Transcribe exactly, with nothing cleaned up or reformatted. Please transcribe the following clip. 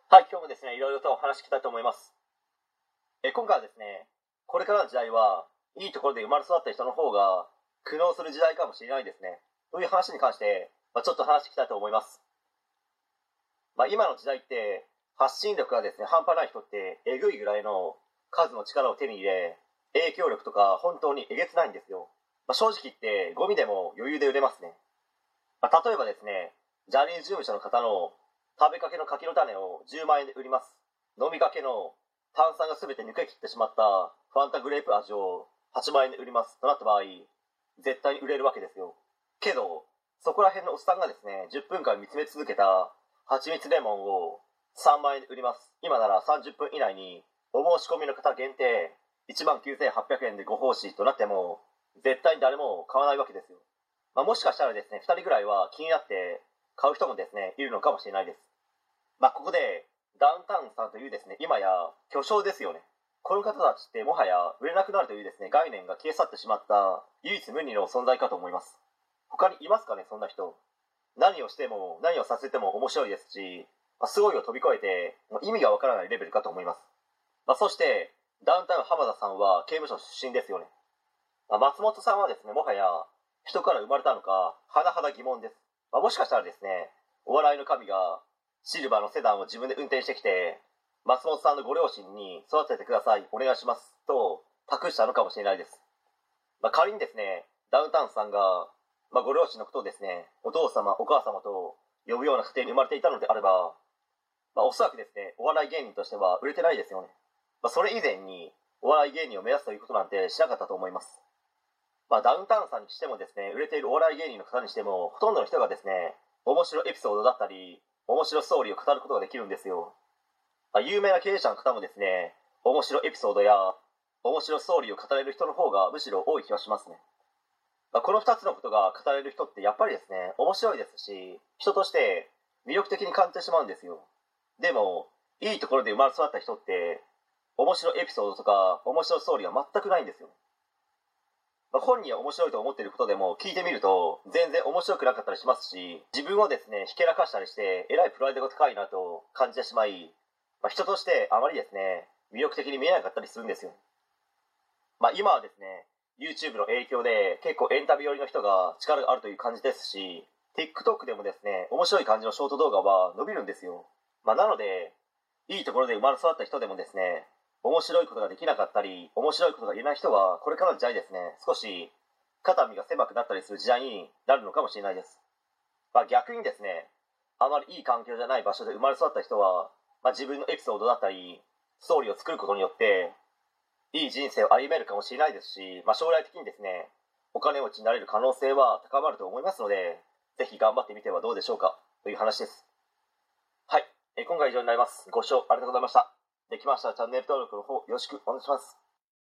はい、今日もですね、いろいろとお話ししたいと思います。え今回はですね、これからの時代は、いいところで生まれ育った人の方が苦悩する時代かもしれないですね。という話に関して、まあ、ちょっと話していきたいと思います。まあ、今の時代って、発信力がですね、半端ない人ってえぐいぐらいの数の力を手に入れ、影響力とか本当にえげつないんですよ。まあ、正直言ってゴミでも余裕で売れますね。まあ、例えばですね、ジャニーズ事務所の方の食べかけの柿の種をじゅうまんえんで売ります。飲みかけの炭酸が全て抜け切ってしまったファンタグレープ味をはちまんえんで売りますとなった場合、絶対に売れるわけですよ。けど、そこら辺のおっさんがですね、じゅっぷんかん見つめ続けた蜂蜜レモンをさんまんえんで売ります。今ならさんじゅっぷん以内にお申し込みの方限定いちまんきゅうせんはっぴゃくえんでご奉仕となっても、絶対に誰も買わないわけですよ。まあ、もしかしたらですね、ふたりぐらいは気になって買う人もですね、いるのかもしれないです。まあ、ここでダウンタウンさんというですね、今や巨匠ですよね。この方たちってもはや売れなくなるというですね、概念が消え去ってしまった唯一無二の存在かと思います。他にいますかね、そんな人。何をしても何をさせても面白いですし、まあ、すごいを飛び越えてもう意味がわからないレベルかと思います。まあ、そしてダウンタウン浜田さんは刑務所出身ですよね。まあ、松本さんはですね、もはや人から生まれたのか甚だ疑問です。まあ、もしかしたらですね、お笑いの神がシルバーのセダンを自分で運転してきて、松本さんのご両親に育ててください、お願いしますと託したのかもしれないです。まあ、仮にですね、ダウンタウンさんが、まあ、ご両親のことをですね、お父様お母様と呼ぶような家庭に生まれていたのであれば、まあ、おそらくですね、お笑い芸人としては売れてないですよね。まあ、それ以前にお笑い芸人を目指すということなんてしなかったと思います。まあ、ダウンタウンさんにしてもですね、売れているお笑い芸人の方にしても、ほとんどの人がですね、面白いエピソードだったり面白ストーリーを語ることができるんですよ。まあ、有名な経営者の方もですね、面白いエピソードや面白ストーリーを語れる人の方がむしろ多い気がしますね。まあ、このふたつのことが語れる人ってやっぱりですね、面白いですし、人として魅力的に感じてしまうんですよ。でもいいところで生まれ育った人って面白いエピソードとか面白ストーリーは全くないんですよ。まあ、本人は面白いと思っていることでも聞いてみると全然面白くなかったりしますし、自分をですねひけらかしたりしてえらいプライドが高いなと感じてしまい、まあ、人としてあまりですね魅力的に見えなかったりするんですよ。まあ、今はですね YouTube の影響で結構エンタメ寄りの人が力があるという感じですし、 TikTok でもですね面白い感じのショート動画は伸びるんですよ。まあ、なのでいいところで生まれ育った人でもですね、面白いことができなかったり面白いことが言えない人はこれからの時代ですね、少し肩身が狭くなったりする時代になるのかもしれないです。まあ、逆にですね、あまりいい環境じゃない場所で生まれ育った人は、まあ、自分のエピソードだったりストーリーを作ることによっていい人生を歩めるかもしれないですし、まあ、将来的にですねお金持ちになれる可能性は高まると思いますので、ぜひ頑張ってみてはどうでしょうかという話です。はい、え今回は以上になります。ご視聴ありがとうございました。できましたらチャンネル登録の方よろしくお願いします。